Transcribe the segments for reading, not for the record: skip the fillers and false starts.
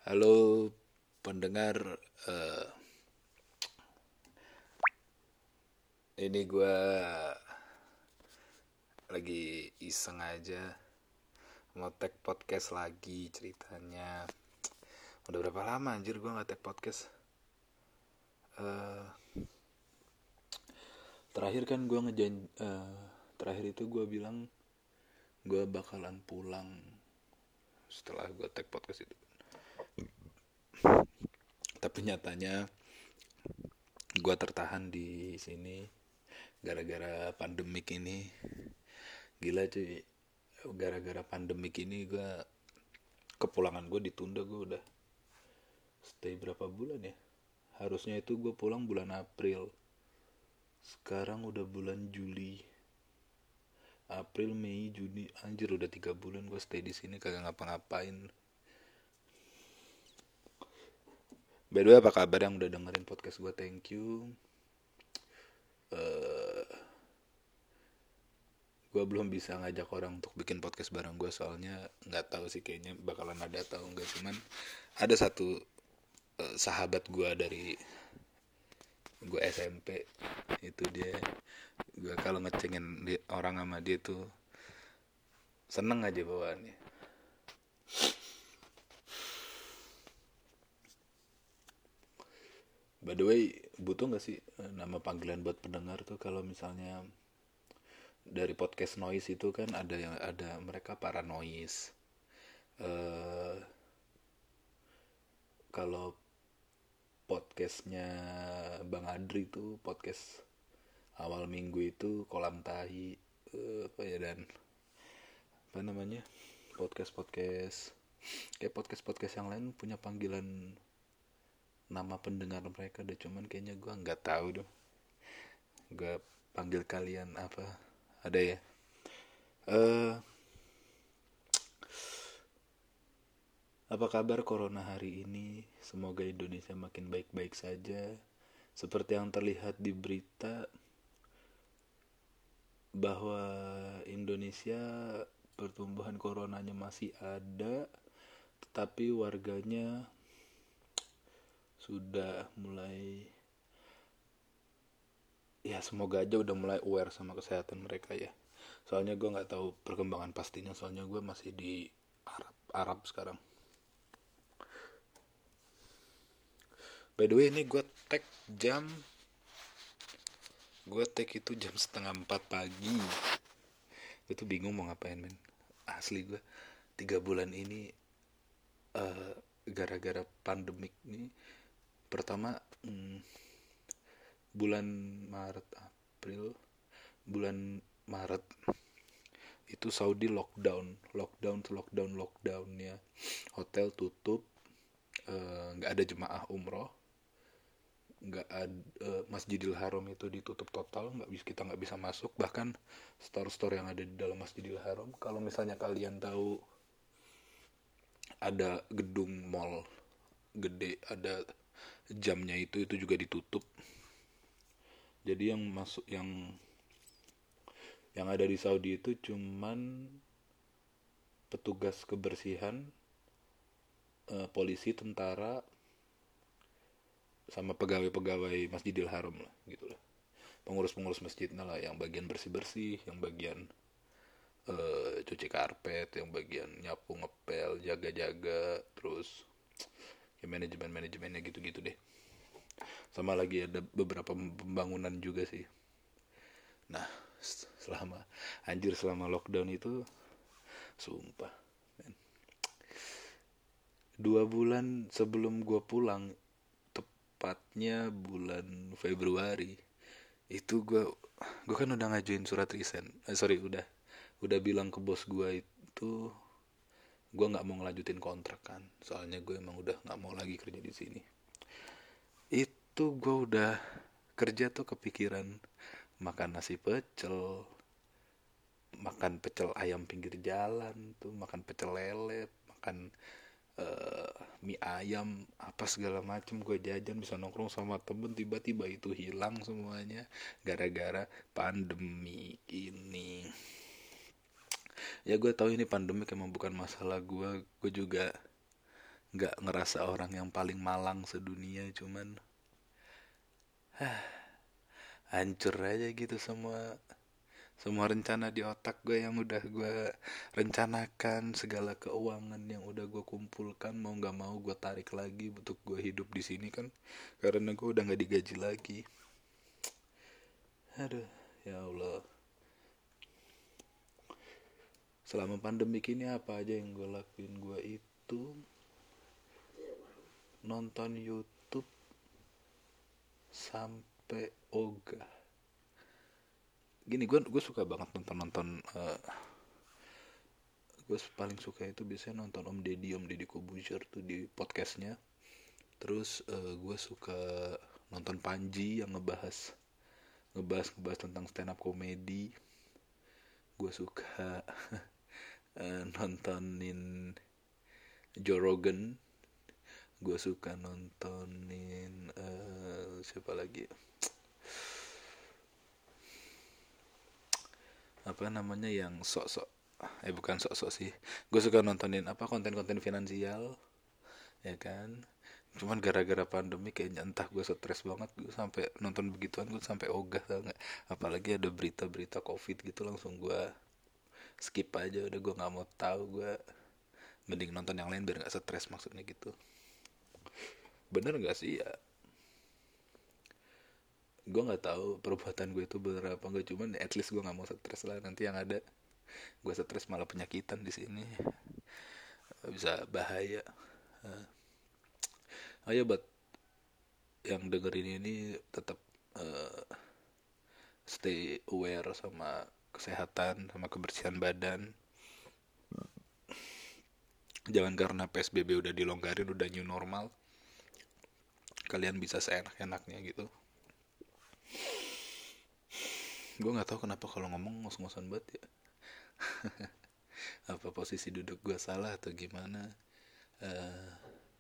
Halo pendengar, eh, ini gue lagi iseng aja mau tag podcast lagi ceritanya. Udah berapa lama anjir gue nggak tag podcast? Eh, Terakhir kan gue terakhir itu gue bilang gue bakalan pulang setelah gue tag podcast itu. Tapi nyatanya gue tertahan di sini gara-gara pandemik ini. Gila cuy, gara-gara pandemik ini gue kepulangan gue ditunda. Gue udah stay berapa bulan ya, harusnya itu gue pulang bulan April, sekarang udah bulan Juli, April, Mei, Juni, anjir udah 3 bulan gue stay di sini kagak ngapa-ngapain. By the way, apa kabar yang udah dengerin podcast gue? Thank you. Gue belum bisa ngajak orang untuk bikin podcast bareng gue, soalnya nggak tahu sih, kayaknya bakalan ada atau enggak. Cuman ada satu sahabat gue dari gue SMP, itu dia, gue kalau ngecengin orang sama dia tuh seneng aja bawaannya. By the way, butuh nggak sih nama panggilan buat pendengar tuh? Kalau misalnya dari podcast noise itu kan ada mereka para noise. eh Kalau podcastnya Bang Adri tuh podcast awal minggu itu kolam tahi, apa ya, dan apa namanya, podcast podcast kayak podcast podcast yang lain punya panggilan nama pendengar mereka deh. Cuman kayaknya gue nggak tahu dong, gue panggil kalian apa, ada ya. eh Apa kabar corona hari ini? Semoga Indonesia makin baik-baik saja. Seperti yang terlihat di berita bahwa Indonesia pertumbuhan coronanya masih ada, tetapi warganya sudah mulai, ya semoga aja udah mulai aware sama kesehatan mereka ya. Soalnya gue nggak tahu perkembangan pastinya, soalnya gue masih di Arab sekarang. By the way, ini jam gue tag itu jam 3:30 pagi. Gue tuh bingung mau ngapain, men. Asli gue 3 bulan ini, eh, gara-gara pandemik ini. Pertama, bulan Maret, April, bulan Maret itu Saudi lockdown ya. Hotel tutup, nggak ada jemaah umroh, nggak ada, Masjidil Haram itu ditutup total, kita nggak bisa masuk. Bahkan store-store yang ada di dalam Masjidil Haram, kalau misalnya kalian tahu ada gedung mall gede, ada jamnya, itu juga ditutup. Jadi yang ada di Saudi itu cuman petugas kebersihan, polisi, tentara, sama pegawai-pegawai Masjidil Haram lah, gitu lah. Pengurus-pengurus masjidnya lah, yang bagian bersih-bersih, yang bagian cuci karpet, yang bagian nyapu ngepel, jaga-jaga, terus ya manajemennya gitu-gitu deh. Sama lagi ada beberapa pembangunan juga sih. Nah, selama lockdown itu, sumpah, 2 bulan sebelum gue pulang, tepatnya bulan Februari, itu gue kan udah ngajuin surat resign. Sorry, udah bilang ke bos gue itu gue nggak mau ngelanjutin kontrak kan, soalnya gue emang udah nggak mau lagi kerja di sini. Itu gue udah kerja tuh kepikiran makan nasi pecel, makan pecel ayam pinggir jalan tuh, makan pecel lele, makan mie ayam, apa segala macem. Gue jajan, bisa nongkrong sama temen, tiba-tiba itu hilang semuanya gara-gara pandemi ini. Ya gue tahu ini pandemi emang bukan masalah gue juga nggak ngerasa orang yang paling malang sedunia, cuman hancur aja gitu semua semua rencana di otak gue yang udah gue rencanakan, segala keuangan yang udah gue kumpulkan, mau nggak mau gue tarik lagi untuk gue hidup di sini kan, karena gue udah nggak digaji lagi. Aduh, ya Allah. Selama pandemi ini apa aja yang gue lakuin? Gue itu nonton YouTube sampai ogah. Gini, gue suka banget nonton gue paling suka itu biasanya nonton Om Deddy Kobuzier tuh di podcastnya. Terus gue suka nonton Panji yang ngebahas ngebahas tentang stand up comedy. Gue suka nontonin Joe Rogan. Gue suka nontonin siapa lagi, apa namanya, yang sok-sok, bukan sok-sok sih, gue suka nontonin apa, konten-konten finansial, ya kan. Cuman gara-gara pandemi kayaknya entah gue stres banget, gue sampai nonton begituan, gue sampai ogah, tau gak? Apalagi ada berita-berita covid gitu, langsung gue skip aja, udah gue nggak mau tahu. Gue mending nonton yang lain biar nggak stres, maksudnya gitu. Bener nggak sih ya? Gue nggak tahu perbuatan gue itu bener apa enggak, cuman at least gue nggak mau stres lah. Nanti yang ada gue stres malah penyakitan di sini, bisa bahaya. Ayo buat yang dengerin ini tetap uh, stay aware sama kesehatan, sama kebersihan badan. Jangan karena PSBB udah dilonggarin, udah new normal, kalian bisa seenak-enaknya gitu. Gue nggak tahu kenapa kalau ngomong ngos-ngosan banget ya. Apa posisi duduk gue salah atau gimana? uh,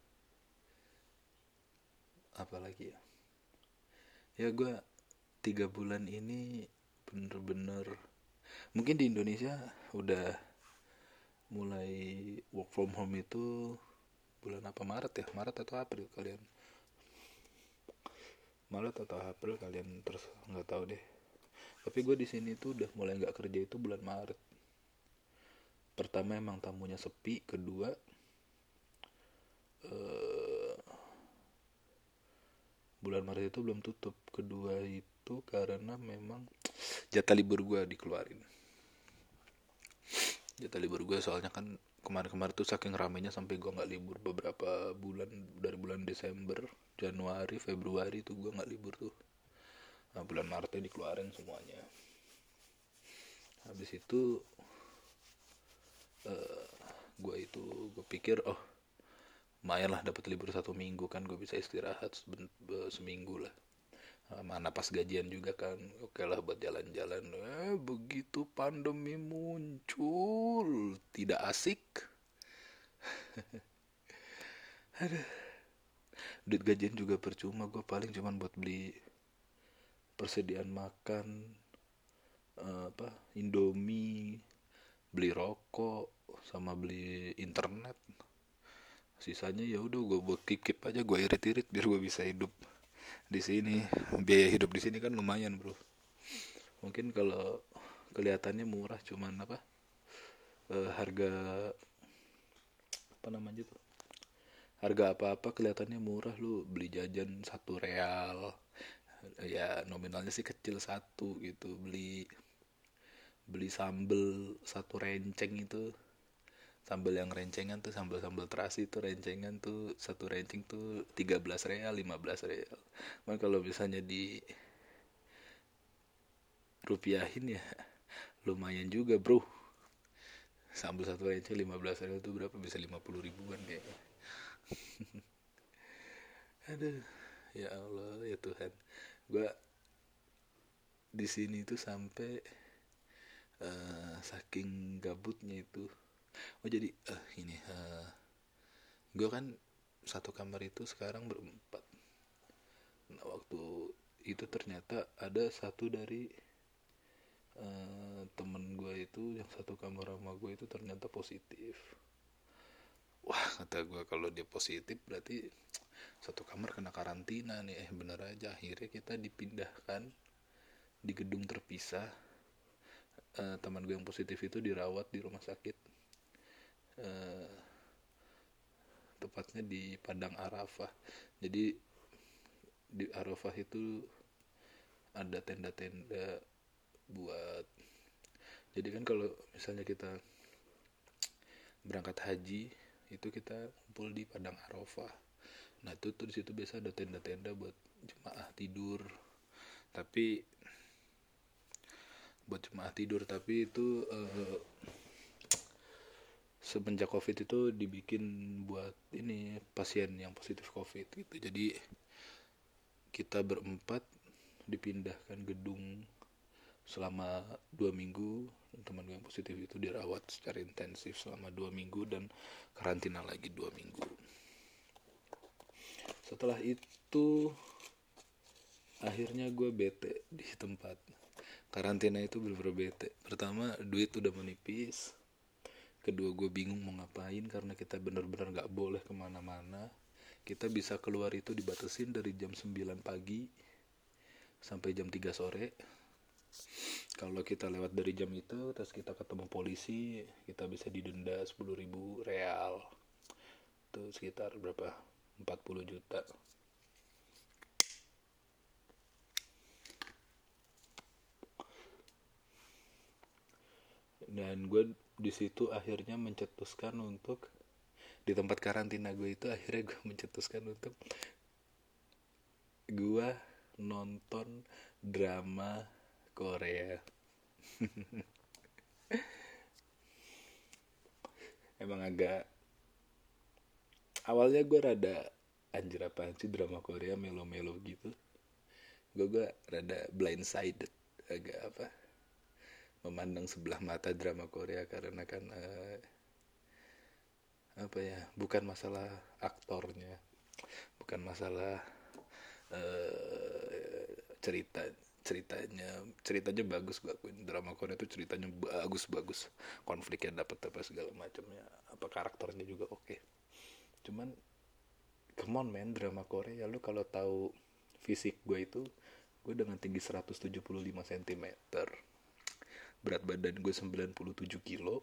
Apalagi ya, ya gue 3 bulan ini bener-bener, mungkin di Indonesia udah mulai work from home itu bulan apa, Maret ya, Maret atau April kalian, Maret atau April kalian, terus nggak tahu deh. Tapi gue di sini tuh udah mulai nggak kerja itu bulan Maret. Pertama emang tamunya sepi, kedua eh, bulan Maret itu belum tutup, kedua itu karena memang jatah libur gue dikeluarin. Jatah libur gue soalnya kan kemarin-kemarin tuh saking ramainya sampai gue nggak libur beberapa bulan, dari bulan Desember, Januari, Februari tuh gue nggak libur tuh. Nah, bulan Maretnya dikeluarin semuanya. Habis itu gue pikir, oh lumayan lah dapat libur 1 minggu kan, gue bisa istirahat seminggu lah. Mana pas gajian juga kan, oke lah buat jalan-jalan. Begitu pandemi muncul, tidak asik. Duit gajian juga percuma, gue paling cuman buat beli persediaan makan, apa, Indomie, beli rokok, sama beli internet. Sisanya ya udah gue buat kikip aja, gue irit-irit biar gue bisa hidup di sini. Biaya hidup di sini kan lumayan bro. Mungkin kalau kelihatannya murah, cuman apa, harga apa namanya tuh, harga apa-apa kelihatannya murah. Lu beli jajan 1 real, ya nominalnya sih kecil, satu gitu. Beli beli sambel 1 renceng itu, sambal yang rencengan tuh, sambal terasi tuh rencengan tuh, 1 renceng tuh 13 real, 15 real. Cuman kalau misalnya di rupiahin ya lumayan juga bro. Sambal 1 renceng 15 real tuh berapa, bisa 50 ribuan kayaknya. Aduh, ya Allah ya Tuhan. Gue di sini tuh sampai saking gabutnya itu. Oh jadi ini gue kan satu kamar itu sekarang berempat. Nah waktu itu ternyata ada satu dari temen gue itu yang satu kamar sama gue itu ternyata positif. Wah kata gue kalau dia positif berarti satu kamar kena karantina nih. Bener aja, akhirnya kita dipindahkan di gedung terpisah. Teman gue yang positif itu dirawat di rumah sakit, tepatnya di Padang Arafah. Jadi di Arafah itu ada tenda-tenda buat, jadi kan kalau misalnya kita berangkat haji itu kita kumpul di Padang Arafah. Nah itu tuh di situ biasa ada tenda-tenda buat jemaah tidur. Tapi itu semenjak COVID itu dibikin buat ini pasien yang positif COVID gitu. Jadi kita berempat dipindahkan gedung selama 2 minggu. Teman gue yang positif itu dirawat secara intensif selama 2 minggu dan karantina lagi 2 minggu. Setelah itu akhirnya gue bete di tempat karantina itu, bener-bener bete. Pertama, duit udah menipis. Kedua, gue bingung mau ngapain karena kita bener-bener gak boleh kemana-mana. Kita bisa keluar itu dibatasin dari jam 9 pagi sampai jam 3 sore. Kalau kita lewat dari jam itu terus kita ketemu polisi, kita bisa didenda 10.000 real. Itu sekitar berapa? 40 juta. Dan gue di situ akhirnya mencetuskan untuk, di tempat karantina gue itu akhirnya gue mencetuskan untuk gue nonton drama Korea. Emang agak, awalnya gue rada anjir apaan sih drama Korea melo-melo gitu. Gue rada blindsided, agak apa, memandang sebelah mata drama Korea karena kan apa ya, bukan masalah aktornya, bukan masalah ceritanya bagus. Gue akuin drama Korea itu ceritanya bagus, konfliknya dapet apa segala macamnya, apa karakternya juga oke. Cuman come on man, drama Korea, lu kalau tahu fisik gue itu, gue dengan tinggi 175 cm, berat badan gue 97 kilo,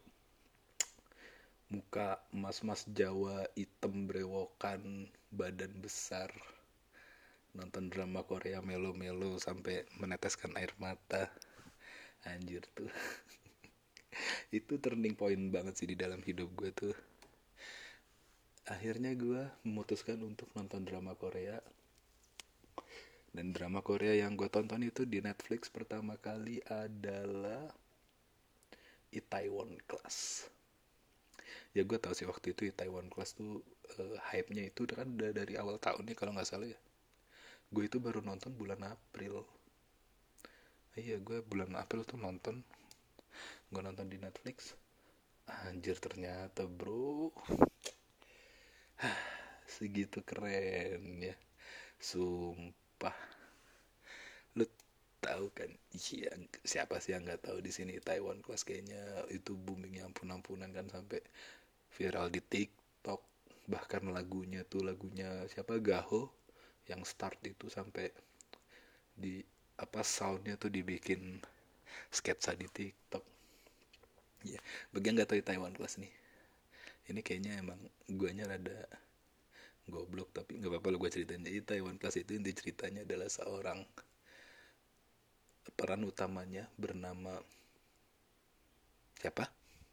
muka mas-mas Jawa hitam brewokan, badan besar, nonton drama Korea melo-melo sampai meneteskan air mata. Anjir tuh itu turning point banget sih di dalam hidup gue tuh. Akhirnya gue memutuskan untuk nonton drama Korea. Dan drama Korea yang gue tonton itu di Netflix pertama kali adalah Itaewon Class. Ya gue tahu sih waktu itu Itaewon Class tuh hype-nya itu kan udah dari awal tahun nih kalau nggak salah ya. Gue itu baru nonton bulan April. Iya, gue bulan April tuh nonton. Gue nonton di Netflix. Anjir ternyata bro, segitu keren ya. Sumpah. Lu tahu kan? Iya, siapa sih yang nggak tahu di sini Taiwan Class, kayaknya itu boomingnya ampun-ampunan kan, sampai viral di TikTok. Bahkan lagunya siapa, Gaho yang start itu sampai di apa soundnya tuh dibikin sketsa di TikTok. Ya, bagi yang nggak tahu Taiwan Class nih, ini kayaknya emang guanya rada goblok tapi nggak apa-apa lo gue ceritain. Jadi Taiwan Class itu inti ceritanya adalah seorang, peran utamanya bernama siapa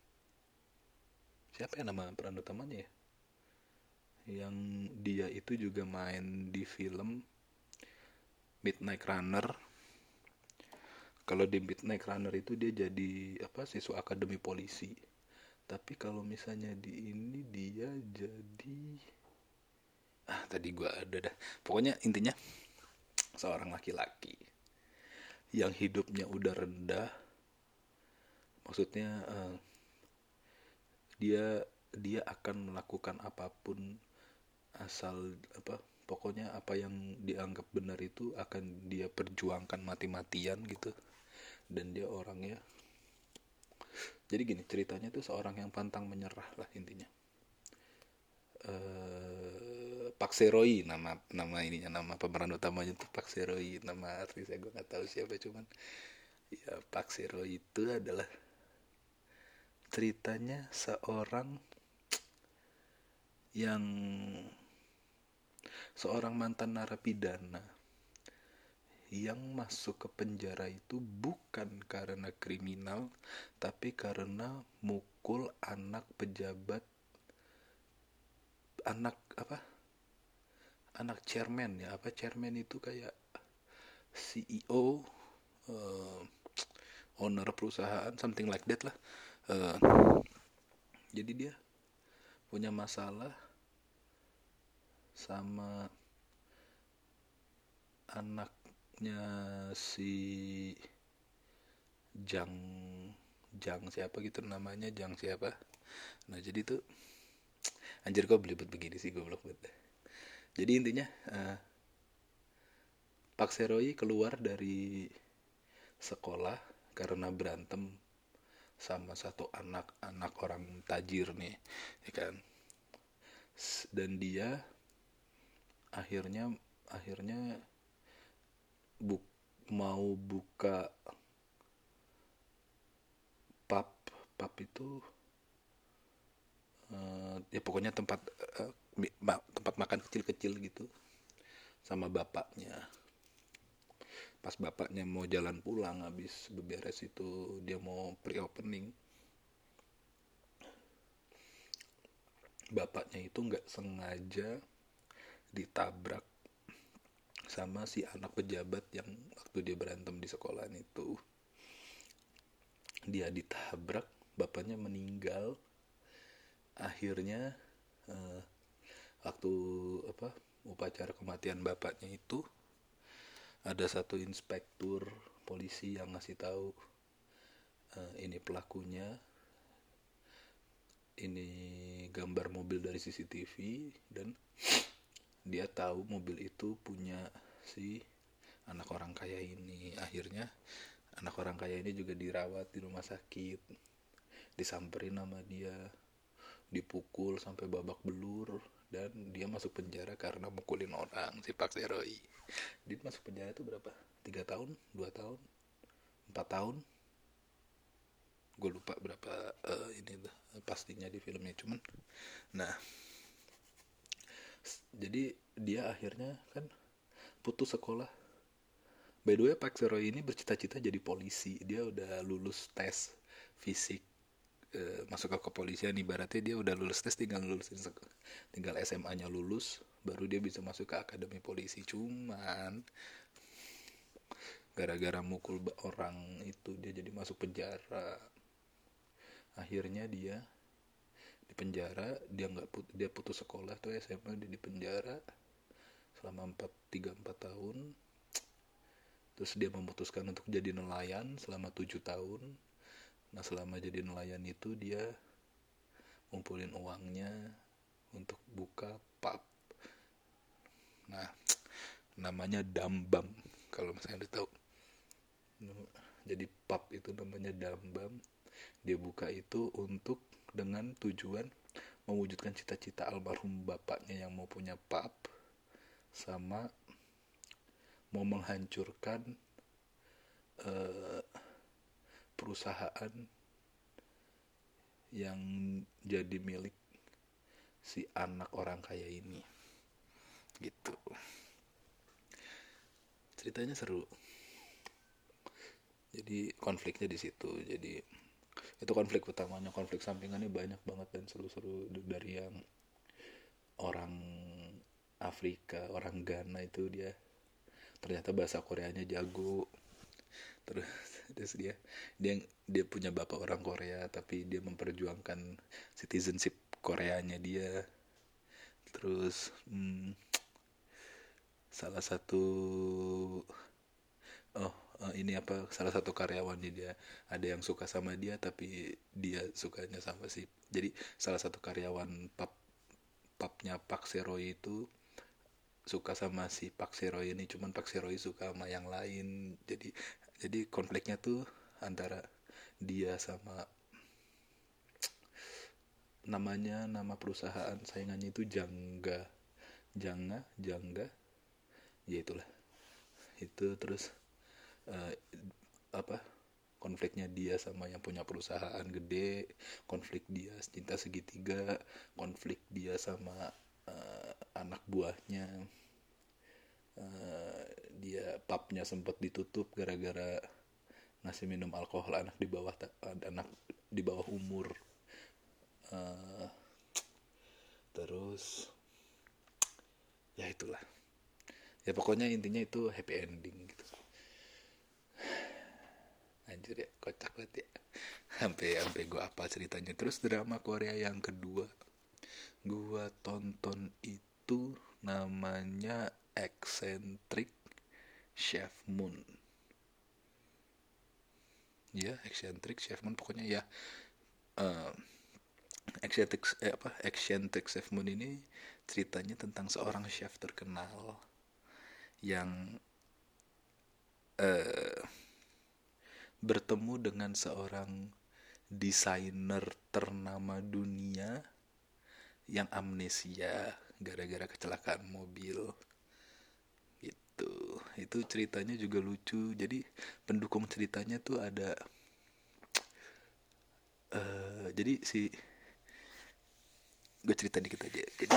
ya nama peran utamanya ya, yang dia itu juga main di film Midnight Runner. Kalau di Midnight Runner itu dia jadi apa, siswa akademi polisi. Tapi kalau misalnya di ini dia jadi, tadi gue ada dah. Pokoknya intinya seorang laki-laki yang hidupnya udah rendah. Maksudnya dia akan melakukan apapun asal apa, pokoknya apa yang dianggap benar itu akan dia perjuangkan mati-matian gitu. Dan dia orangnya, jadi gini ceritanya tuh, seorang yang pantang menyerah lah intinya. Pak Seroy, nama ininya, nama pemeran utamanya tuh Pak Seroy, nama artisnya gue nggak tahu siapa, cuman ya Pak Seroy itu adalah ceritanya yang seorang mantan narapidana yang masuk ke penjara itu bukan karena kriminal, tapi karena mukul anak pejabat, anak apa, anak chairman ya, apa chairman itu kayak CEO, uh, owner perusahaan, something like that lah. Uh, jadi dia punya masalah sama anaknya si Jang Jang siapa gitu namanya, Jang siapa. Nah jadi tuh anjir kok belibet begini sih, goblok banget. Jadi intinya Pak Seroy keluar dari sekolah karena berantem sama satu anak orang tajir nih, ya kan. Dan dia akhirnya akhirnya buk, mau buka pub. Pub itu ya pokoknya tempat tempat makan kecil-kecil gitu sama bapaknya. Pas bapaknya mau jalan pulang habis beberes itu, dia mau pre-opening, bapaknya itu nggak sengaja ditabrak sama si anak pejabat yang waktu dia berantem di sekolahan itu. Dia ditabrak, bapaknya meninggal. Akhirnya waktu apa upacara kematian bapaknya itu ada satu inspektur polisi yang ngasih tahu ini pelakunya, ini gambar mobil dari CCTV, dan dia tahu mobil itu punya si anak orang kaya ini. Akhirnya anak orang kaya ini juga dirawat di rumah sakit, disamperin sama dia, dipukul sampai babak belur, dan dia masuk penjara karena mukulin orang, si Pak Seroy. Dia masuk penjara itu berapa? 3 tahun? 2 tahun? 4 tahun? Gue lupa berapa ini tuh pastinya di filmnya, cuman nah jadi dia akhirnya kan putus sekolah. By the way, Pak Seroy ini bercita-cita jadi polisi. Dia udah lulus tes fisik masuk ke kepolisian. Ibaratnya dia udah lulus tes, tinggal SMA-nya lulus, baru dia bisa masuk ke akademi polisi. Cuman gara-gara mukul orang itu dia jadi masuk penjara. Akhirnya dia di penjara, dia putus sekolah tuh SMA, dia di penjara selama 4 tahun. Terus dia memutuskan untuk jadi nelayan selama 7 tahun. Nah selama jadi nelayan itu dia ngumpulin uangnya untuk buka pub. Nah namanya Dambam, kalau misalnya lu tahu. Jadi pub itu namanya Dambam. Dia buka itu untuk dengan tujuan mewujudkan cita-cita almarhum bapaknya yang mau punya pub, sama mau menghancurkan perusahaan yang jadi milik si anak orang kaya ini gitu. Ceritanya seru, jadi konfliknya di situ. Jadi itu konflik utamanya. Konflik sampingannya banyak banget dan seru-seru, dari yang orang Afrika, orang Ghana itu dia ternyata bahasa Koreanya jago. Terus dia punya bapak orang Korea, tapi dia memperjuangkan citizenship Koreanya dia. Terus salah satu salah satu karyawannya dia ada yang suka sama dia, tapi dia sukanya sama jadi salah satu karyawan pubnya Pak Seroy itu suka sama si Pak Seroy ini, cuman Pak Seroy suka sama yang lain. Jadi konfliknya tuh antara dia sama nama perusahaan saingannya itu Jangga Jangga, ya itulah. Itu terus eh, apa konfliknya dia sama yang punya perusahaan gede, konflik dia cinta segitiga, konflik dia sama anak buahnya. Dia pubnya sempat ditutup gara-gara ngasih minum alkohol anak di bawah umur. Eh, terus ya itulah, ya pokoknya intinya itu happy ending gitu. Anjir ya, kocak banget ya. Sampai gue apa ceritanya. Terus drama Korea yang kedua gue tonton itu namanya Eccentric Chef Moon. Ya, Eccentric Chef Moon pokoknya ya. uh, Eccentric Chef Moon ini ceritanya tentang seorang chef terkenal yang uh, bertemu dengan seorang desainer ternama dunia yang amnesia gara-gara kecelakaan mobil gitu. Itu ceritanya juga lucu. Jadi pendukung ceritanya tuh ada jadi si gue cerita dikit aja. Jadi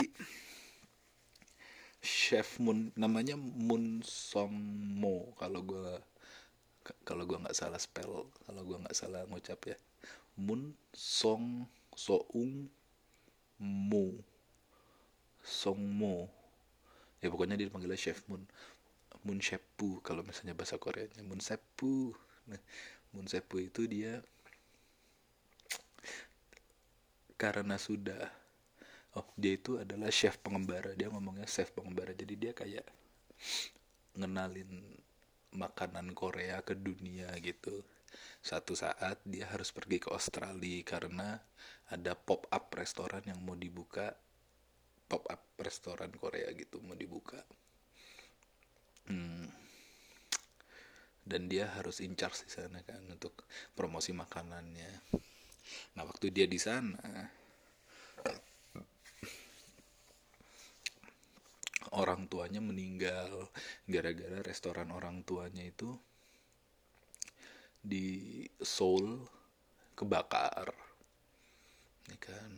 Chef Moon namanya Moon Song Mo kalau gue nggak salah spell, kalau gue nggak salah ngucap ya. Moon Song Soung Mo Song Mo, ya pokoknya dia dipanggilnya Chef Moon. Moon Shepu kalau misalnya bahasa Koreanya Moon Shepu. Nah, Moon Shepu itu dia karena sudah dia itu adalah chef pengembara. Dia ngomongnya chef pengembara, jadi dia kayak ngenalin makanan Korea ke dunia gitu. Satu saat dia harus pergi ke Australia karena ada pop up restoran yang mau dibuka, pop up restoran Korea gitu mau dibuka. Dan dia harus in charge di sana kan untuk promosi makanannya. Nah, waktu dia di sana orang tuanya meninggal gara-gara restoran orang tuanya itu di Seoul kebakar, ya kan.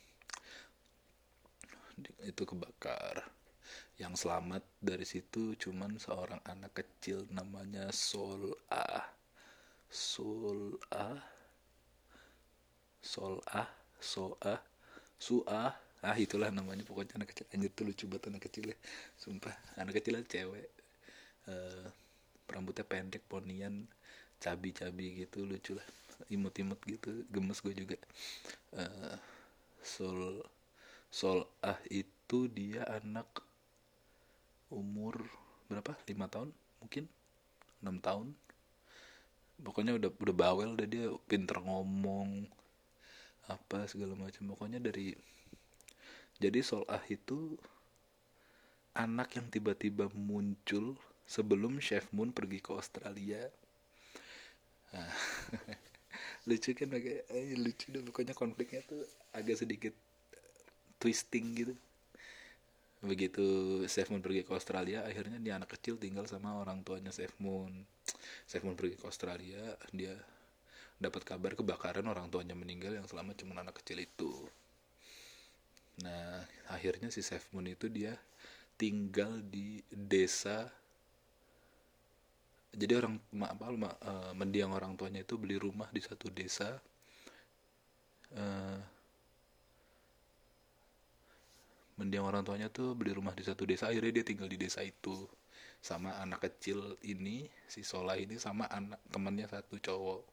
Itu kebakar. Yang selamat dari situ cuman seorang anak kecil namanya Sol Ah. Sol Ah, Sol Ah, So Ah, Su Ah. Ah, itulah namanya pokoknya anak kecil. Anjir tuh lucu banget anak kecilnya. Sumpah, anak kecilnya cewek. Eh, rambutnya pendek, ponian, cabi-cabi gitu, lucu lah. Imut-imut gitu, gemes gue juga. Eh, Sol Sol Ah itu dia anak umur berapa? 5 tahun mungkin, 6 tahun. Pokoknya udah bawel deh, dia pinter ngomong apa segala macam. Pokoknya dari jadi Solah itu anak yang tiba-tiba muncul sebelum Chef Moon pergi ke Australia. Nah, lucu kan, agak lucu deh pokoknya. Konfliknya tuh agak sedikit twisting gitu. Begitu Chef Moon pergi ke Australia, akhirnya dia anak kecil tinggal sama orang tuanya Chef Moon. Chef Moon pergi ke Australia, dia dapat kabar kebakaran, orang tuanya meninggal, yang selamat cuma anak kecil itu. Nah, akhirnya si Chef Moon itu dia tinggal di desa. Jadi mendiang orang tuanya itu beli rumah di satu desa. eh, Mendiang orang tuanya tuh beli rumah di satu desa. Akhirnya dia tinggal di desa itu sama anak kecil ini, si Sola ini, sama anak temannya satu cowok.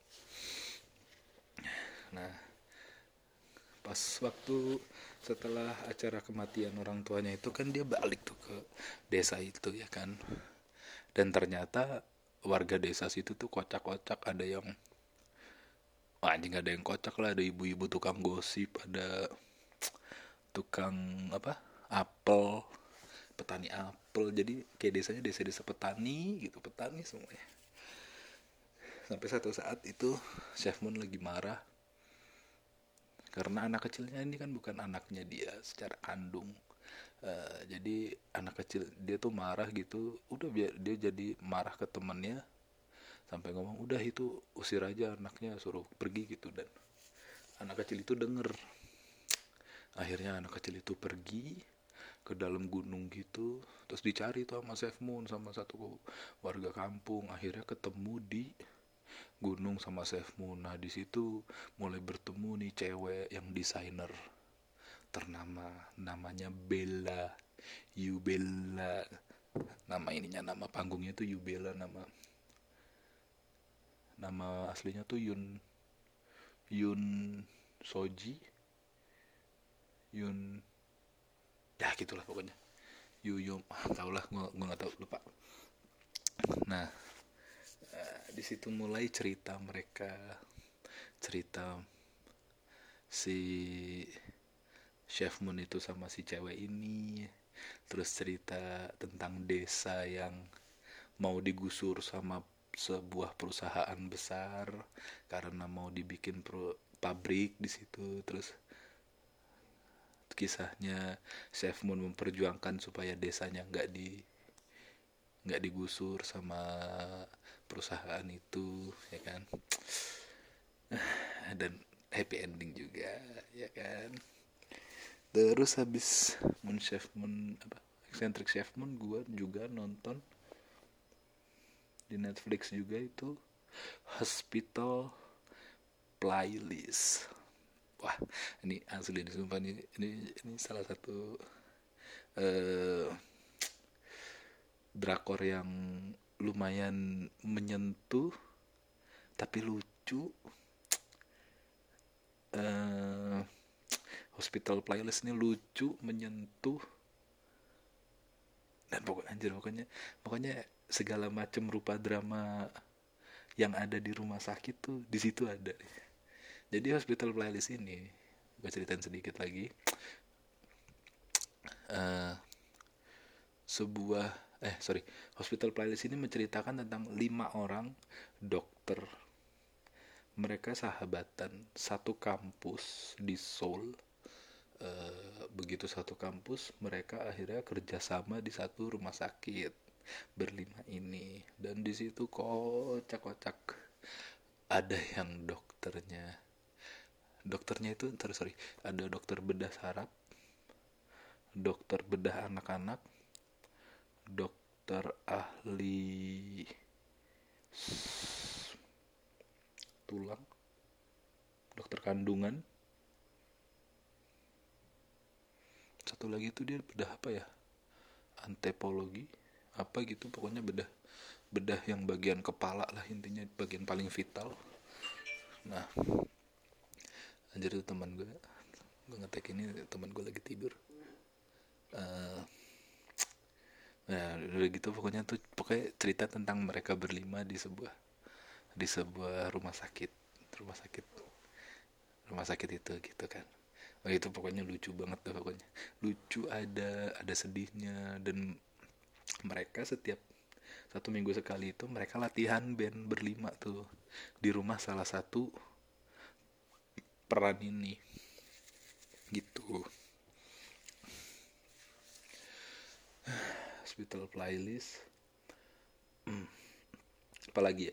Nah, pas waktu setelah acara kematian orang tuanya itu kan dia balik tuh ke desa itu, ya kan. Dan ternyata warga desa situ tuh kocak-kocak. Ada yang anjing, ada yang kocak lah. Ada ibu-ibu tukang gosip, ada tukang apa, apel, petani apel. Jadi kayak desanya desa-desa petani gitu, petani semuanya. Sampai satu saat itu Chef Moon lagi marah karena anak kecilnya ini kan bukan anaknya dia secara kandung. Jadi anak kecil dia tuh marah gitu, udah biar dia jadi marah ke temennya sampai ngomong udah itu usir aja anaknya, suruh pergi gitu. Dan anak kecil itu denger. Akhirnya anak kecil itu pergi ke dalam gunung gitu, terus dicari tuh sama Chef Moon sama satu warga kampung. Akhirnya ketemu di gunung sama Chef Moon. Nah di situ mulai bertemu nih cewek yang desainer ternama, namanya Bella, Yubella. Nama ininya, nama panggungnya tuh Yubella, nama nama aslinya tuh Yun Yun Soji, Yun, ya gitulah pokoknya. Yuyum, tau lah, gue nggak tahu, lupa. Nah, di situ mulai cerita mereka, cerita si Chef Moon itu sama si cewek ini, terus cerita tentang desa yang mau digusur sama sebuah perusahaan besar karena mau dibikin pabrik di situ. Terus kisahnya Chef Moon memperjuangkan supaya desanya nggak digusur sama perusahaan itu, ya kan. Dan happy ending juga, ya kan. Terus habis Moon Chef Moon apa, Eccentric Chef Moon, gue juga nonton di Netflix juga itu Hospital Playlist. Wah, ini asli nih sumpah, ini salah satu eh, drakor yang lumayan menyentuh tapi lucu. eh Hospital Playlist ini lucu, menyentuh, dan pokoknya segala macam rupa drama yang ada di rumah sakit tuh di situ ada. Jadi Hospital Playlist ini gue ceritain sedikit lagi. eh sebuah Hospital Playlist ini menceritakan tentang 5 orang dokter. Mereka sahabatan satu kampus di Seoul. Begitu satu kampus, mereka akhirnya kerjasama di satu rumah sakit berlima ini. Dan di situ kocak-kocak. Ada yang dokternya itu ada dokter bedah saraf, dokter bedah anak-anak, dokter ahli tulang, dokter kandungan, satu lagi tuh dia bedah apa ya, antropologi apa gitu, pokoknya bedah bedah yang bagian kepala lah, intinya bagian paling vital. Nah anjir tuh teman gue ngetek ini teman gue lagi tidur. uh, Nah udah gitu pokoknya cerita tentang mereka berlima di sebuah rumah sakit rumah sakit itu gitu kan. Oh, itu pokoknya lucu banget tuh, pokoknya lucu, ada sedihnya. Dan mereka setiap 1 minggu sekali itu mereka latihan band berlima tuh di rumah salah satu peran ini gitu. Hospital Playlist, apalagi ya,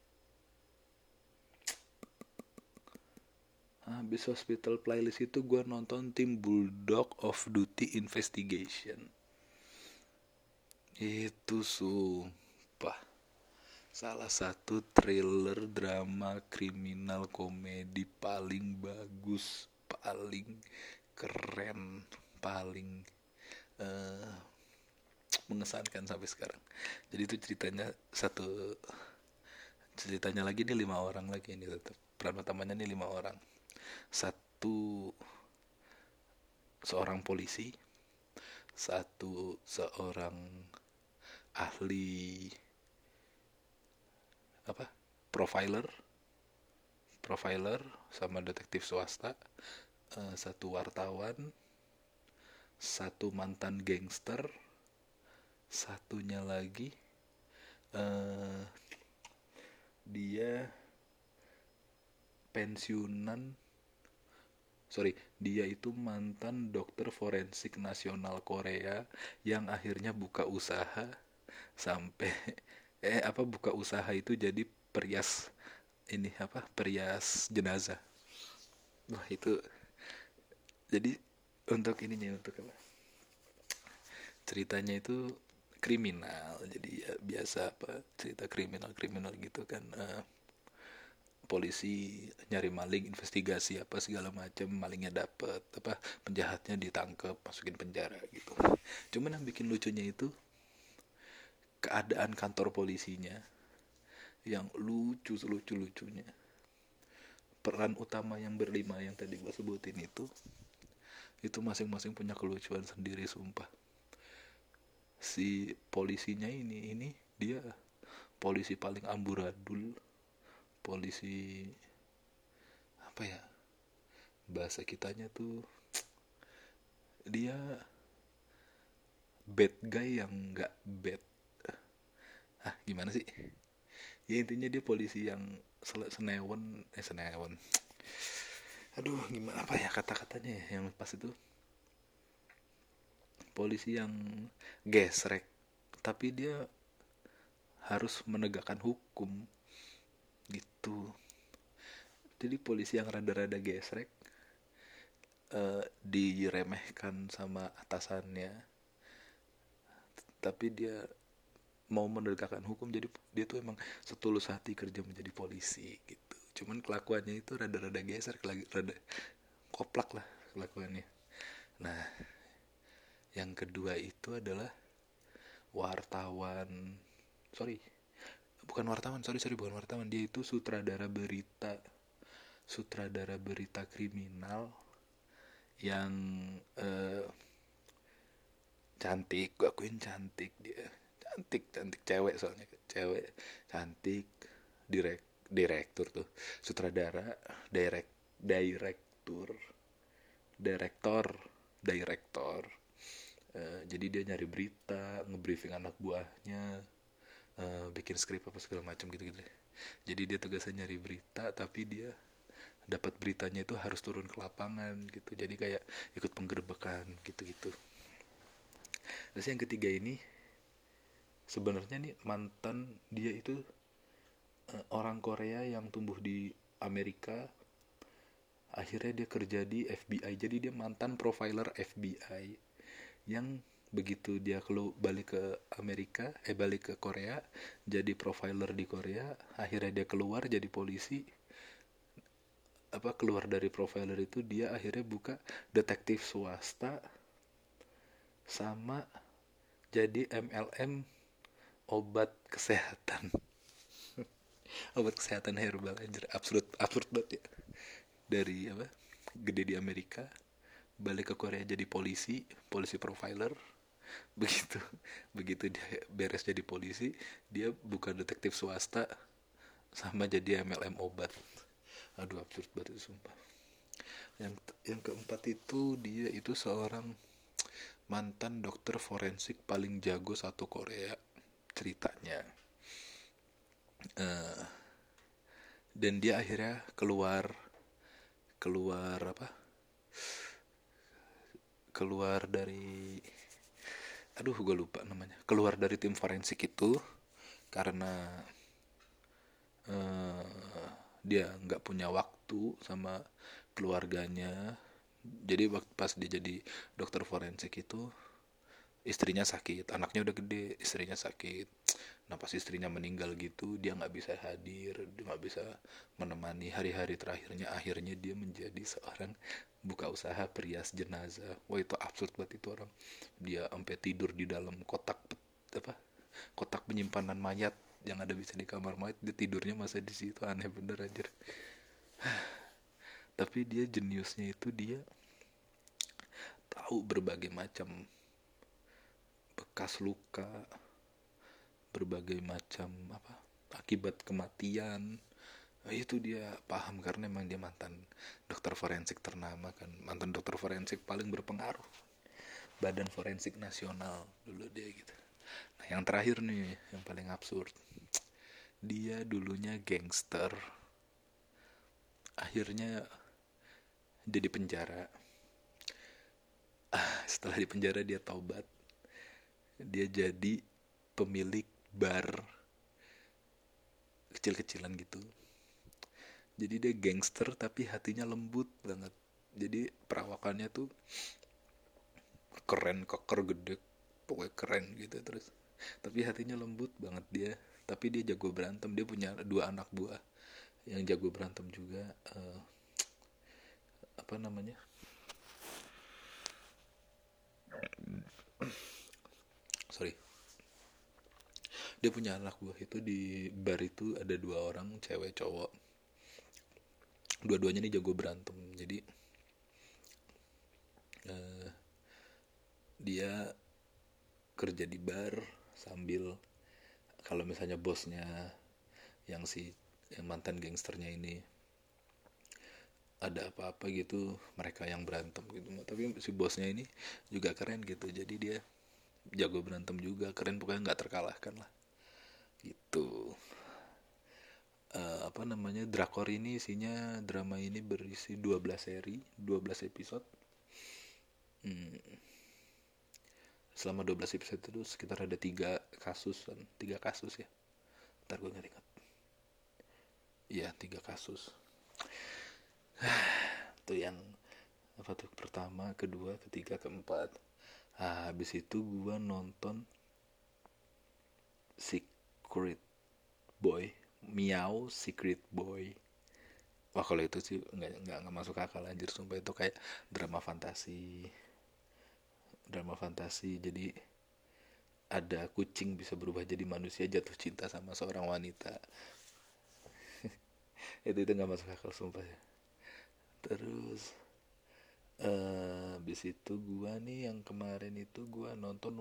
habis Hospital Playlist itu gue nonton Tim Bulldog of Duty Investigation. Itu sumpah salah satu thriller drama kriminal komedi paling bagus, paling keren, paling uh, mengesankan sampai sekarang. Jadi itu ceritanya lagi nih 5 orang lagi, ini tetap peran utamanya nih 5 orang. Satu seorang polisi, satu seorang ahli apa, profiler profiler sama detektif swasta, satu wartawan, satu mantan gangster, satunya lagi eh, dia pensiunan dia itu mantan dokter forensik nasional Korea yang akhirnya buka usaha sampai buka usaha itu jadi perias perias jenazah. Wah itu jadi untuk ininya, untuk apa, ceritanya itu kriminal, jadi ya biasa apa cerita kriminal kriminal gitu kan. Polisi nyari maling, investigasi apa segala macam, malingnya dapet, apa penjahatnya ditangkap, masukin penjara gitu. Cuman yang bikin lucunya itu keadaan kantor polisinya yang lucunya. Peran utama yang berlima yang tadi gue sebutin itu masing-masing punya kelucuan sendiri, sumpah. Si polisinya ini dia polisi paling amburadul, polisi apa ya, bahasa kitanya tuh, dia bad guy yang nggak bad. Gimana sih, ya intinya dia polisi yang senewen. Aduh, gimana apa ya kata-katanya ya yang pas itu, polisi yang gesrek tapi dia harus menegakkan hukum gitu. Jadi polisi yang rada-rada gesrek diremehkan sama atasannya, tapi dia mau menegakkan hukum, jadi dia tuh emang setulus hati kerja menjadi polisi gitu. Cuman kelakuannya itu rada-rada geser, rada koplak lah kelakuannya. Nah, yang kedua itu adalah wartawan. Bukan wartawan, dia itu sutradara berita kriminal yang cantik, gue akuin cantik dia. Cantik cewek, soalnya cewek cantik, direktur tuh, sutradara, direktor. Jadi dia nyari berita, ngebriefing anak buahnya, bikin skrip apa segala macam gitu. Jadi dia tugasnya nyari berita, tapi dia dapat beritanya itu harus turun ke lapangan gitu. Jadi kayak ikut penggerbekan gitu. Terus yang ketiga ini sebenarnya nih mantan, dia itu orang Korea yang tumbuh di Amerika, akhirnya dia kerja di FBI. Jadi dia mantan profiler FBI yang begitu dia balik ke Amerika, balik ke Korea, jadi profiler di Korea, akhirnya dia keluar jadi polisi. Keluar dari profiler itu dia akhirnya buka detektif swasta sama jadi MLM obat kesehatan. Obat kesehatan herbal, anjir, absurd banget ya. Dari gede di Amerika, balik ke Korea jadi polisi profiler. Begitu dia beres jadi polisi, dia bukan detektif swasta sama jadi MLM obat. Aduh, absurd banget itu, sumpah. Yang keempat itu, dia itu seorang mantan dokter forensik paling jago satu Korea ceritanya. Dan dia akhirnya keluar dari, gue lupa namanya, keluar dari tim forensik itu karena dia nggak punya waktu sama keluarganya. Jadi waktu pas dia jadi dokter forensik itu, istrinya sakit, anaknya udah gede, istrinya sakit. Nah pas istrinya meninggal gitu, dia nggak bisa hadir, dia nggak bisa menemani hari-hari terakhirnya. Akhirnya dia menjadi seorang buka usaha perias jenazah. Wah itu absurd banget itu orang. Dia sampai tidur di dalam kotak penyimpanan mayat yang ada bisa di kamar mayat, dia tidurnya masih di situ. Aneh bener anjir. Tapi dia jeniusnya itu, dia tahu berbagai macam bekas luka, berbagai macam akibat kematian. Itu dia paham karena emang dia mantan dokter forensik ternama kan, mantan dokter forensik paling berpengaruh, Badan Forensik Nasional dulu dia gitu. Nah yang terakhir nih yang paling absurd, dia dulunya gangster, akhirnya dia di penjara. Setelah di penjara dia taubat, dia jadi pemilik bar kecil-kecilan gitu. Jadi dia gangster tapi hatinya lembut banget. Jadi perawakannya tuh keren, keker, gede, pokoknya keren gitu. Terus tapi hatinya lembut banget dia. Tapi dia jago berantem. Dia punya 2 anak buah yang jago berantem juga. Apa namanya, sorry, dia punya anak buah itu. Di bar itu ada 2 orang, cewek cowok, dua-duanya nih jago berantem. Jadi dia kerja di bar sambil, kalau misalnya bosnya yang mantan gangsternya ini ada apa-apa gitu, mereka yang berantem gitu. Tapi si bosnya ini juga keren gitu, jadi dia jago berantem juga, keren, pokoknya nggak terkalahkan lah gitu. Apa namanya, drakor ini isinya, drama ini berisi 12 seri, 12 episode. Selama 12 episode itu sekitar ada 3 kasus ya. Ntar gue ingat. Iya, 3 kasus. Itu yang apa tuh, pertama, kedua, ketiga, keempat. Habis itu gue nonton Secret Boy, Meow Secret Boy. Wah, kalau itu sih nggak masuk akal anjir, sumpah. Itu kayak drama fantasi. Jadi ada kucing bisa berubah jadi manusia, jatuh cinta sama seorang wanita. itu nggak masuk akal, sumpah ya. Terus habis itu gua nih yang kemarin itu gua nonton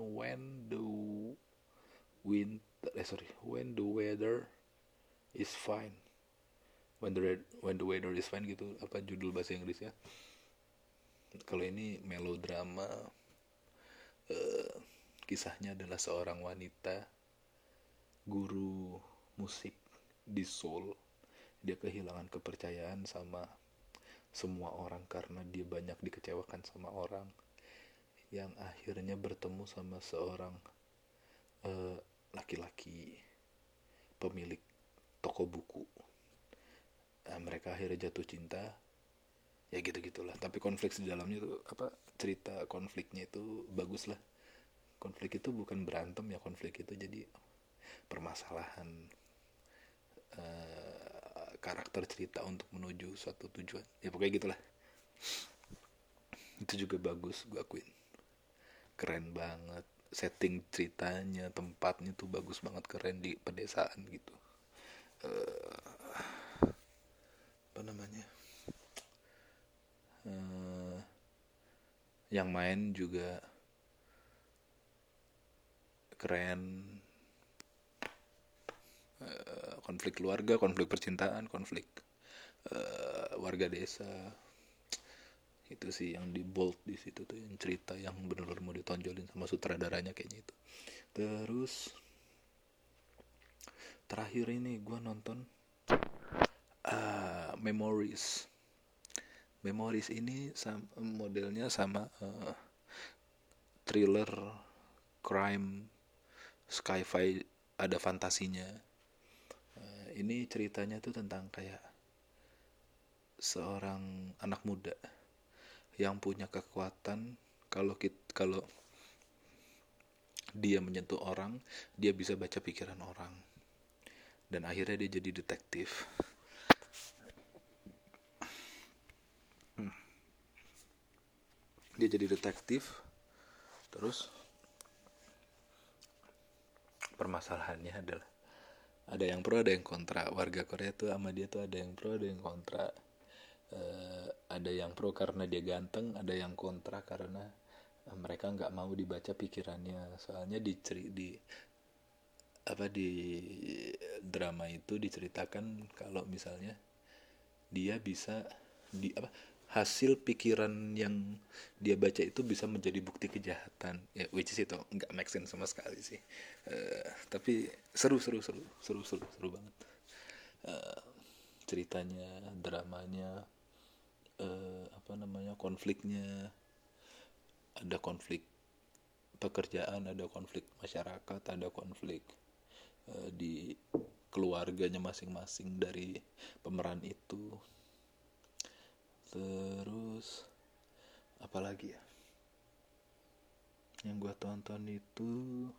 When the Weather is Fine. When the Weather is Fine gitu, apa judul bahasa Inggrisnya. Kalau ini melodrama. Kisahnya adalah seorang wanita guru musik di Seoul. Dia kehilangan kepercayaan sama semua orang karena dia banyak dikecewakan sama orang, yang akhirnya bertemu sama seorang laki-laki pemilik toko buku. Mereka akhirnya jatuh cinta, ya gitu-gitulah. Tapi konflik di dalamnya itu apa, cerita konfliknya itu bagus lah. Konflik itu bukan berantem ya, konflik itu jadi permasalahan karakter cerita untuk menuju suatu tujuan, ya pokoknya gitulah. Itu juga bagus, gue akuin, keren banget. Setting ceritanya, tempatnya tuh bagus banget, keren, di pedesaan gitu. Apa namanya, yang main juga keren. Konflik keluarga, konflik percintaan, konflik warga desa. Itu sih yang di bold di situ tuh, yang cerita yang benar-benar mau ditonjolin sama sutradaranya kayaknya itu. Terus terakhir ini gue nonton Memories. Memories ini modelnya sama thriller, crime, sci-fi, ada fantasinya. Ini ceritanya tuh tentang kayak seorang anak muda yang punya kekuatan, kalau dia menyentuh orang, dia bisa baca pikiran orang. Dan akhirnya dia jadi detektif. Dia jadi detektif. Terus permasalahannya adalah ada yang pro, ada yang kontra. Warga Korea tuh sama dia tuh ada yang pro, ada yang kontra. Ada yang pro karena dia ganteng, ada yang kontra karena mereka nggak mau dibaca pikirannya. Soalnya di drama itu diceritakan kalau misalnya dia bisa hasil pikiran yang dia baca itu bisa menjadi bukti kejahatan, ya, which is itu nggak make sense sama sekali sih. Tapi seru banget. Ceritanya, dramanya, apa namanya, konfliknya, ada konflik pekerjaan, ada konflik masyarakat, ada konflik di keluarganya masing-masing dari pemeran itu. Terus apalagi ya yang gue tonton itu,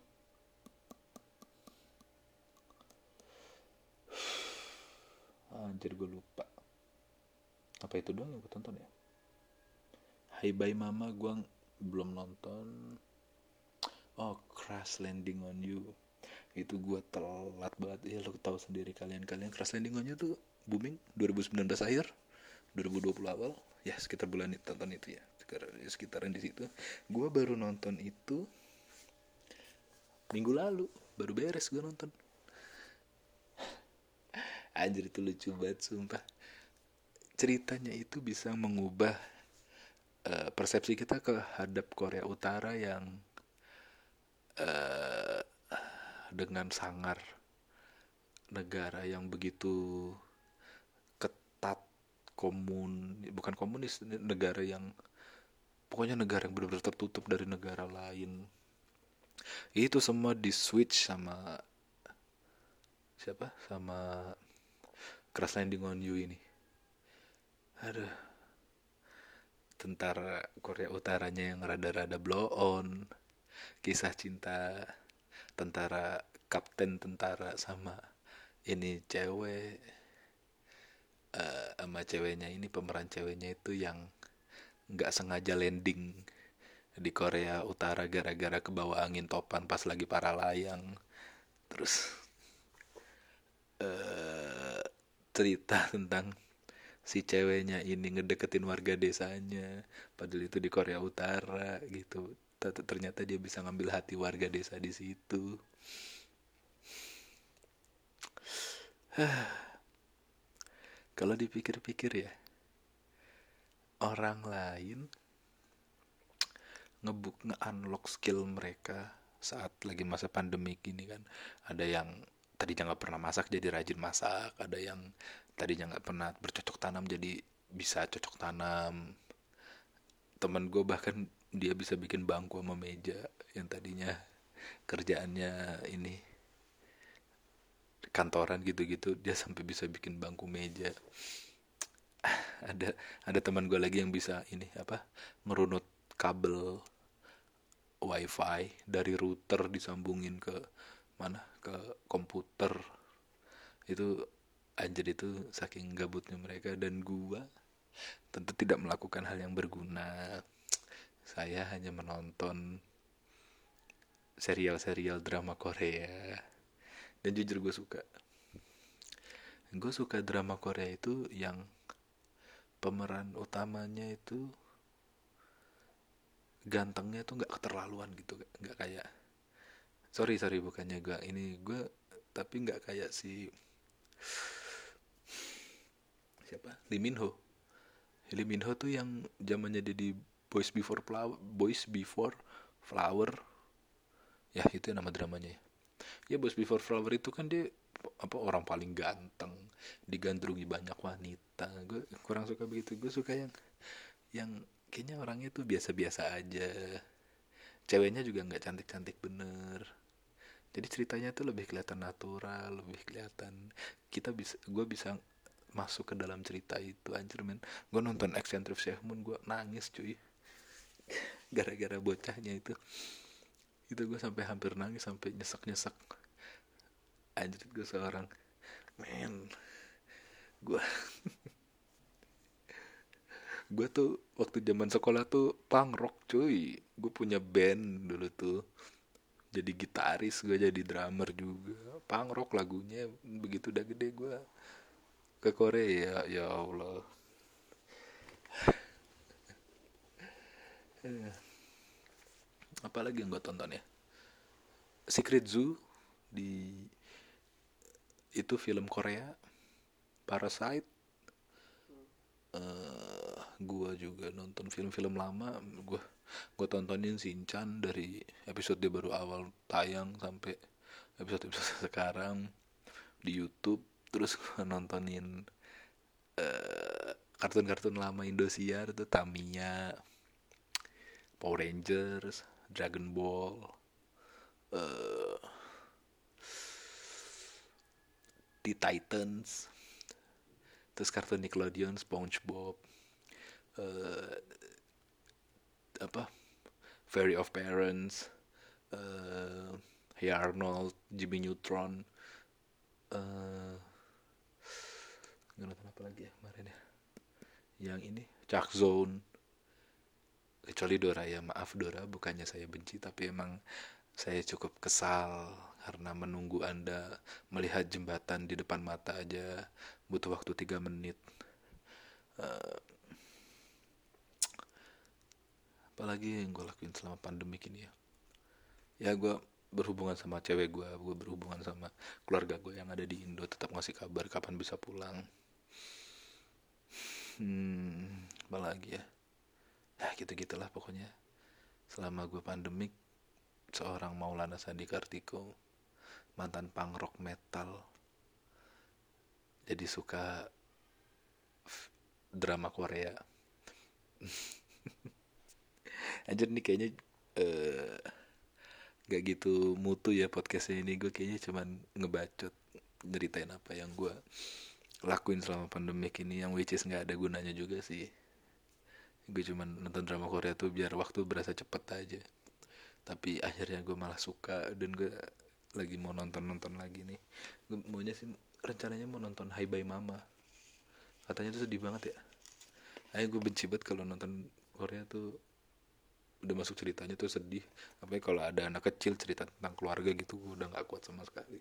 anjir gue lupa. Apa itu doang yang gue tonton ya? Hi Bye Mama gue belum nonton. Oh, Crash Landing on You itu gue telat banget ya. Lo tahu sendiri kalian Crash Landing on You tuh booming 2019 akhir 2020 awal ya, sekitar bulan itu tonton itu ya, sekitaran di situ. Gue baru nonton itu minggu lalu, baru beres gue nonton. Anjir itu lucu banget sumpah. Ceritanya itu bisa mengubah persepsi kita terhadap Korea Utara yang dengan sangar, negara yang begitu ketat, bukan komunis, negara yang pokoknya negara yang benar-benar tertutup dari negara lain. Itu semua di switch sama siapa, sama Crash Landing on You ini. Aduh, tentara Korea Utaranya yang rada-rada blow on, kisah cinta tentara, kapten tentara sama ini cewek, sama ceweknya ini, pemeran ceweknya itu yang nggak sengaja landing di Korea Utara gara-gara kebawa angin topan pas lagi para layang. Terus cerita tentang si ceweknya ini ngedeketin warga desanya padahal itu di Korea Utara gitu. Ternyata dia bisa ngambil hati warga desa di situ. Kalau dipikir-pikir ya, orang lain nge-unlock skill mereka saat lagi masa pandemi gini kan. Ada yang tadinya nggak pernah masak jadi rajin masak, ada yang tadinya nggak pernah bercocok tanam jadi bisa cocok tanam. Temen gue bahkan dia bisa bikin bangku sama meja yang tadinya kerjaannya ini kantoran gitu-gitu, dia sampai bisa bikin bangku meja. Ada teman gue lagi yang bisa ini apa, ngerunut kabel wifi dari router disambungin ke mana, ke komputer. Itu anjir, itu saking gabutnya mereka. Dan gua tentu tidak melakukan hal yang berguna. Saya hanya menonton serial-serial drama Korea. Dan jujur gue suka drama Korea itu yang pemeran utamanya itu gantengnya tuh nggak keterlaluan gitu, nggak kayak, sorry bukannya gue tapi nggak kayak si siapa, Lee Min Ho tuh yang zamannya dia di Boys Before Flower ya, itu nama dramanya ya. Ya Boys Before Flower itu kan dia apa, orang paling ganteng, digandrungi banyak wanita. Gue kurang suka begitu. Gue suka yang kayaknya orangnya tuh biasa-biasa aja, ceweknya juga nggak cantik-cantik bener. Jadi ceritanya tuh lebih kelihatan natural, lebih kelihatan gue bisa masuk ke dalam cerita itu. Anjir men, gue nonton Eccentric Moon gue nangis cuy, gara-gara bocahnya itu gue sampai hampir nangis, sampai nyesek anjir. Gue seorang men, gue gue tuh waktu zaman sekolah tuh punk rock cuy. Gue punya band dulu tuh, jadi gitaris, gue jadi drummer juga, punk rock lagunya. Begitu udah gede gue ke Korea, ya Allah. Apalagi yang gue tonton ya, Secret Zoo, di itu film Korea. Parasite. Gue juga nonton film-film lama. Gue tontonin Shinchan dari episode dia baru awal tayang sampai episode sekarang di YouTube. Terus gue nontonin kartun-kartun lama Indosiar tuh Tamiya, Power Rangers, Dragon Ball, eh Teen Titans, terus kartun Nickelodeon, SpongeBob, eh apa Fairy of Parents, Hey Arnold, Jimmy Neutron, eh nggak nonton apa lagi ya kemarin ya, yang ini Chuck Zone, kecuali Dora ya. Maaf Dora, bukannya saya benci, tapi emang saya cukup kesal karena menunggu Anda melihat jembatan di depan mata aja butuh waktu 3 menit. Apalagi yang gue lakuin selama pandemi ini ya, ya gue berhubungan sama cewek gue berhubungan sama keluarga gue yang ada di Indo, tetap ngasih kabar kapan bisa pulang. Apalagi ya, ya gitu gitulah pokoknya. Selama gue pandemik, seorang Maulana Sandi Kartiko, mantan punk rock metal, jadi suka drama Korea. Anjir nih kayaknya eh gak gitu mutu ya podcastnya ini. Gue kayaknya cuman ngebacot nyeritain apa yang gue lakuin selama pandemik ini, yang which is gak ada gunanya juga sih. Gue cuman nonton drama Korea tuh biar waktu berasa cepet aja, tapi akhirnya gue malah suka dan gue lagi mau nonton lagi nih. Gue maunya sih rencananya mau nonton Hai Bye Mama, katanya tuh sedih banget ya. Ayo gue benci banget kalau nonton Korea tuh udah masuk ceritanya tuh sedih. Apalagi kalau ada anak kecil cerita tentang keluarga gitu, gue udah nggak kuat sama sekali.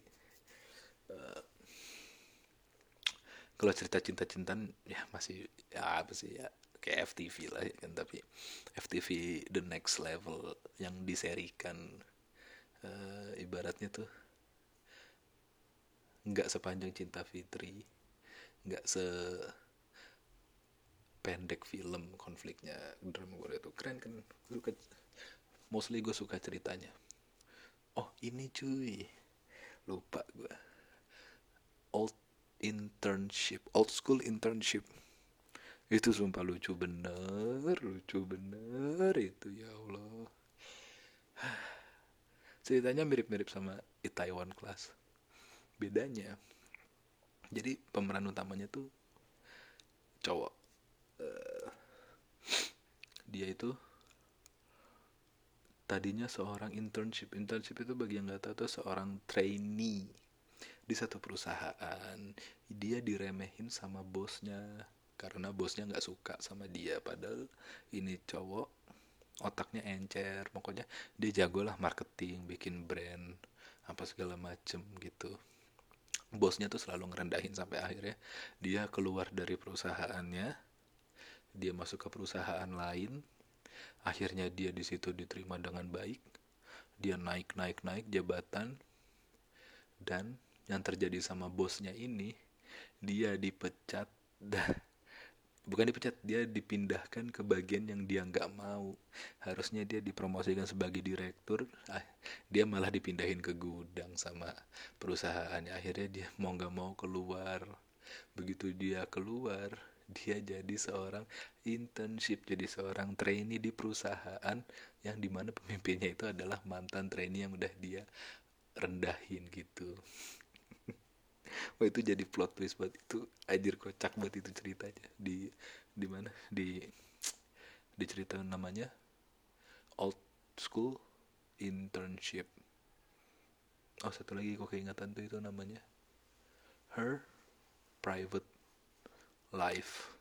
Kalau cerita cinta-cintaan ya masih, ya apa sih ya, kayak FTV lah ya kan. Tapi FTV the next level yang diserikan, ibaratnya tuh nggak sepanjang Cinta Fitri, nggak sependek film konfliknya. Drama Korea itu keren kan, gue suka, mostly gue suka ceritanya. Oh ini cuy, lupa gue, old old school internship, itu sumpah lucu bener itu, ya Allah. Ceritanya mirip-mirip sama Itaewon Class. Bedanya, jadi pemeran utamanya tuh cowok. Dia itu tadinya seorang internship itu bagi yang nggak tahu tuh seorang trainee di satu perusahaan. Dia diremehin sama bosnya karena bosnya nggak suka sama dia, padahal ini cowok otaknya encer. Pokoknya dia jago lah marketing, bikin brand apa segala macem gitu. Bosnya tuh selalu ngerendahin sampai akhirnya dia keluar dari perusahaannya, dia masuk ke perusahaan lain. Akhirnya dia di situ diterima dengan baik, dia naik jabatan. Dan yang terjadi sama bosnya ini, dia dipecat. Bukan dipecat, dia dipindahkan ke bagian yang dia nggak mau. Harusnya dia dipromosikan sebagai direktur, dia malah dipindahin ke gudang sama perusahaan. Akhirnya dia mau nggak mau keluar. Begitu dia keluar, dia jadi seorang internship, jadi seorang trainee di perusahaan yang dimana pemimpinnya itu adalah mantan trainee yang udah dia rendahin gitu. Wah itu jadi plot twist banget itu, anjir kocak banget itu ceritanya. Di mana di cerita namanya Old School Internship. Oh satu lagi kok keingatan tuh, itu namanya Her Private Life.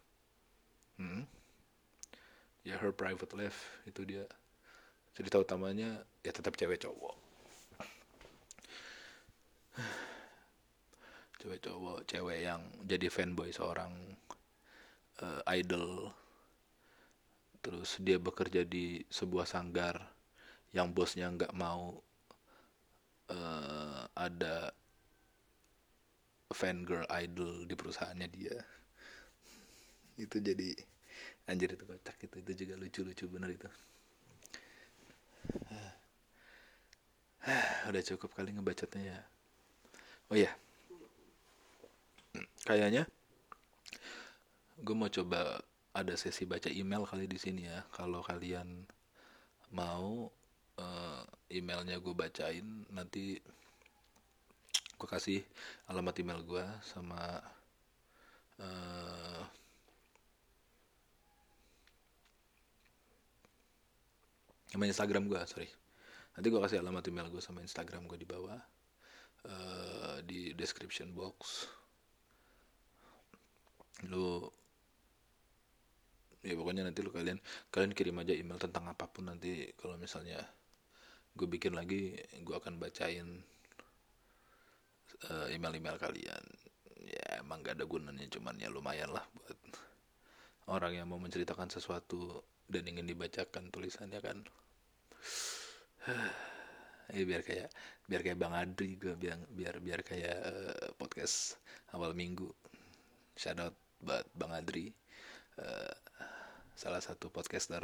Ya Her Private Life itu dia cerita utamanya, ya tetap cewek cowok, cewek yang jadi fanboy seorang idol. Terus dia bekerja di sebuah sanggar yang bosnya nggak mau ada fan girl idol di perusahaannya dia. Itu jadi anjir itu kocak, itu juga lucu bener itu. Udah cukup kali ngebacotnya ya. Oh ya, kayaknya gue mau coba ada sesi baca email kali di sini ya. Kalau kalian mau, emailnya gue bacain, nanti gue kasih alamat email gue sama eh, sama Instagram gue, sorry. Nanti gue kasih alamat email gue sama Instagram gue di bawah, di description box. Lu ya pokoknya nanti lu kalian kirim aja email tentang apapun, nanti kalau misalnya gue bikin lagi gue akan bacain email-email kalian. Ya emang gak ada gunanya, cuman ya lumayan lah buat orang yang mau menceritakan sesuatu dan ingin dibacakan tulisannya kan. Biar kayak Bang Adri, gue bilang biar kayak podcast awal minggu. Shout out buat Bang Adri, eh, salah satu podcaster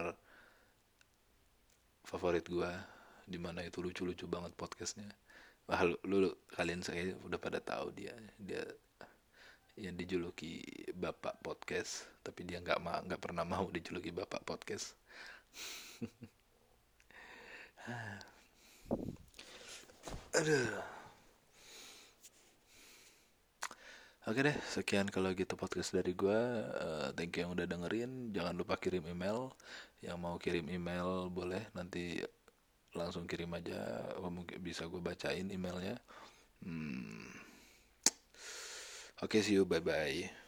favorit gue, dimana itu lucu-lucu banget podcastnya. Wah, lu kalian saya udah pada tahu dia yang dijuluki bapak podcast, tapi dia nggak pernah mau dijuluki bapak podcast. Aduh. Oke deh, sekian kalau gitu podcast dari gue. Thank you yang udah dengerin. Jangan lupa kirim email. Yang mau kirim email boleh nanti langsung kirim aja. Mungkin bisa gue bacain emailnya. Hmm. Oke, see you, bye bye.